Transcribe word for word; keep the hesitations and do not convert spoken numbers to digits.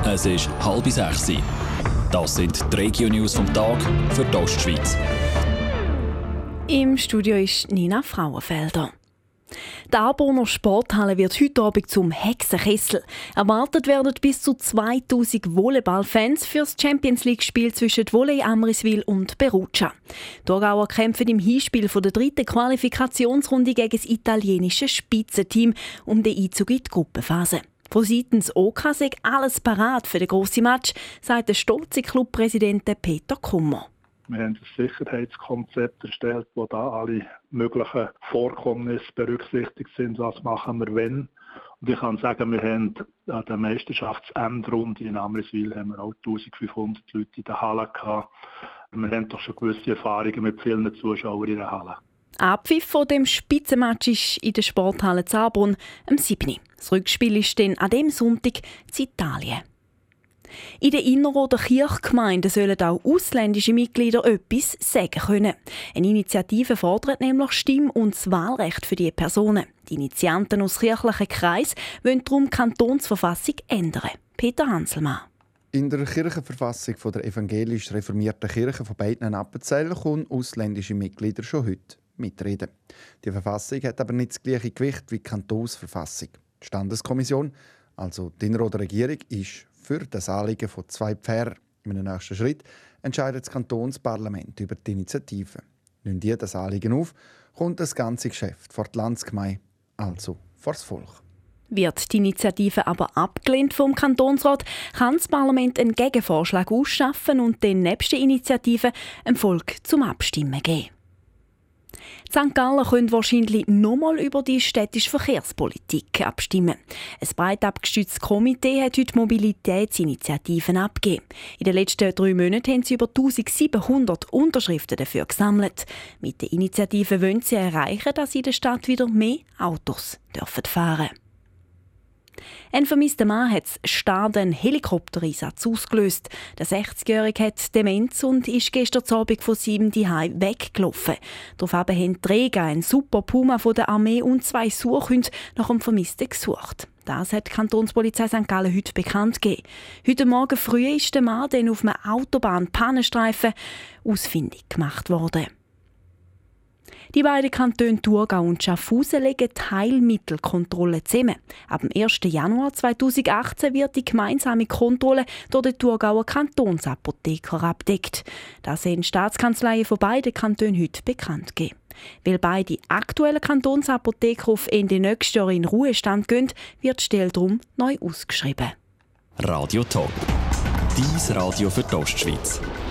Es ist halb sechs. Das sind die Regio-News vom Tag für die Ostschweiz. Im Studio ist Nina Frauenfelder. Die Arborner Sporthalle wird heute Abend zum Hexenkessel. Erwartet werden bis zu zweitausend Volleyballfans für das Champions-League-Spiel zwischen Volley Amriswil und Perugia. Die Thurgauer kämpfen im Hinspiel der dritten Qualifikationsrunde gegen das italienische Spitzenteam um den Einzug in die Gruppenphase. Von seitens O K sei alles parat für den grossen Match, sagt der stolze Clubpräsident Peter Kummer. Wir haben ein Sicherheitskonzept erstellt, wo da alle möglichen Vorkommnisse berücksichtigt sind. Was machen wir wenn? Und ich kann sagen, wir haben an der Meisterschaftsendrunde in Amriswil haben wir auch eintausendfünfhundert Leute in der Halle gehabt. Wir haben doch schon gewisse Erfahrungen mit vielen Zuschauern in der Halle. Abpfiff von dem Spitzenmatch ist in der Sporthalle Zabrunn am siebten Das Rückspiel ist dann an diesem Sonntag in Italien. In den Innerrhoder Kirchgemeinden sollen auch ausländische Mitglieder etwas sagen können. Eine Initiative fordert nämlich Stimm- und das Wahlrecht für diese Personen. Die Initianten aus kirchlichen Kreisen wollen darum die Kantonsverfassung ändern. Peter Hanselmann. In der Kirchenverfassung der evangelisch reformierten Kirche von beiden Appenzellen können ausländische Mitglieder schon heute mitreden. Die Verfassung hat aber nicht das gleiche Gewicht wie die Kantonsverfassung. Die Standeskommission, also die Innerrhoder Regierung, ist für das Anliegen von zwei Pfarrern. In einem nächsten Schritt entscheidet das Kantonsparlament über die Initiative. Nimmt die das Anliegen auf, kommt das ganze Geschäft vor die Landsgemeinde, also vor das Volk. Wird die Initiative aber abgelehnt vom Kantonsrat, kann das Parlament einen Gegenvorschlag ausschaffen und den nebst der Initiative ein Volk zum Abstimmen geben. Sankt Gallen können wahrscheinlich nochmal über die städtische Verkehrspolitik abstimmen. Ein breit abgestütztes Komitee hat heute Mobilitätsinitiativen abgegeben. In den letzten drei Monaten haben sie über eintausendsiebenhundert Unterschriften dafür gesammelt. Mit der Initiative wollen sie erreichen, dass in der Stadt wieder mehr Autos dürfen fahren. Ein vermisster Mann hat das starren einen Helikoptereinsatz ausgelöst. Der sechzigjährige hat Demenz und ist gestern Abend von seinem Zuhause weggelaufen. Daraufhin haben Träger, ein Super Puma von der Armee und zwei Suchhunde nach einem Vermissten gesucht. Das hat die Kantonspolizei Sankt Gallen heute bekannt gegeben. Heute Morgen früh ist der Mann dann auf einem Autobahn-Pannenstreifen ausfindig gemacht worden. Die beiden Kantone Thurgau und Schaffhausen legen Heilmittelkontrollen zusammen. Ab dem ersten Januar zweitausendachtzehn wird die gemeinsame Kontrolle durch den Thurgauer Kantonsapotheker abdeckt. Das haben die Staatskanzleien von beiden Kantonen heute bekannt gegeben. Weil beide aktuellen Kantonsapotheker auf Ende nächstes Jahr in Ruhestand gehen, wird die Stelle darum neu ausgeschrieben. Radio Top. Dies Radio für die Ostschweiz.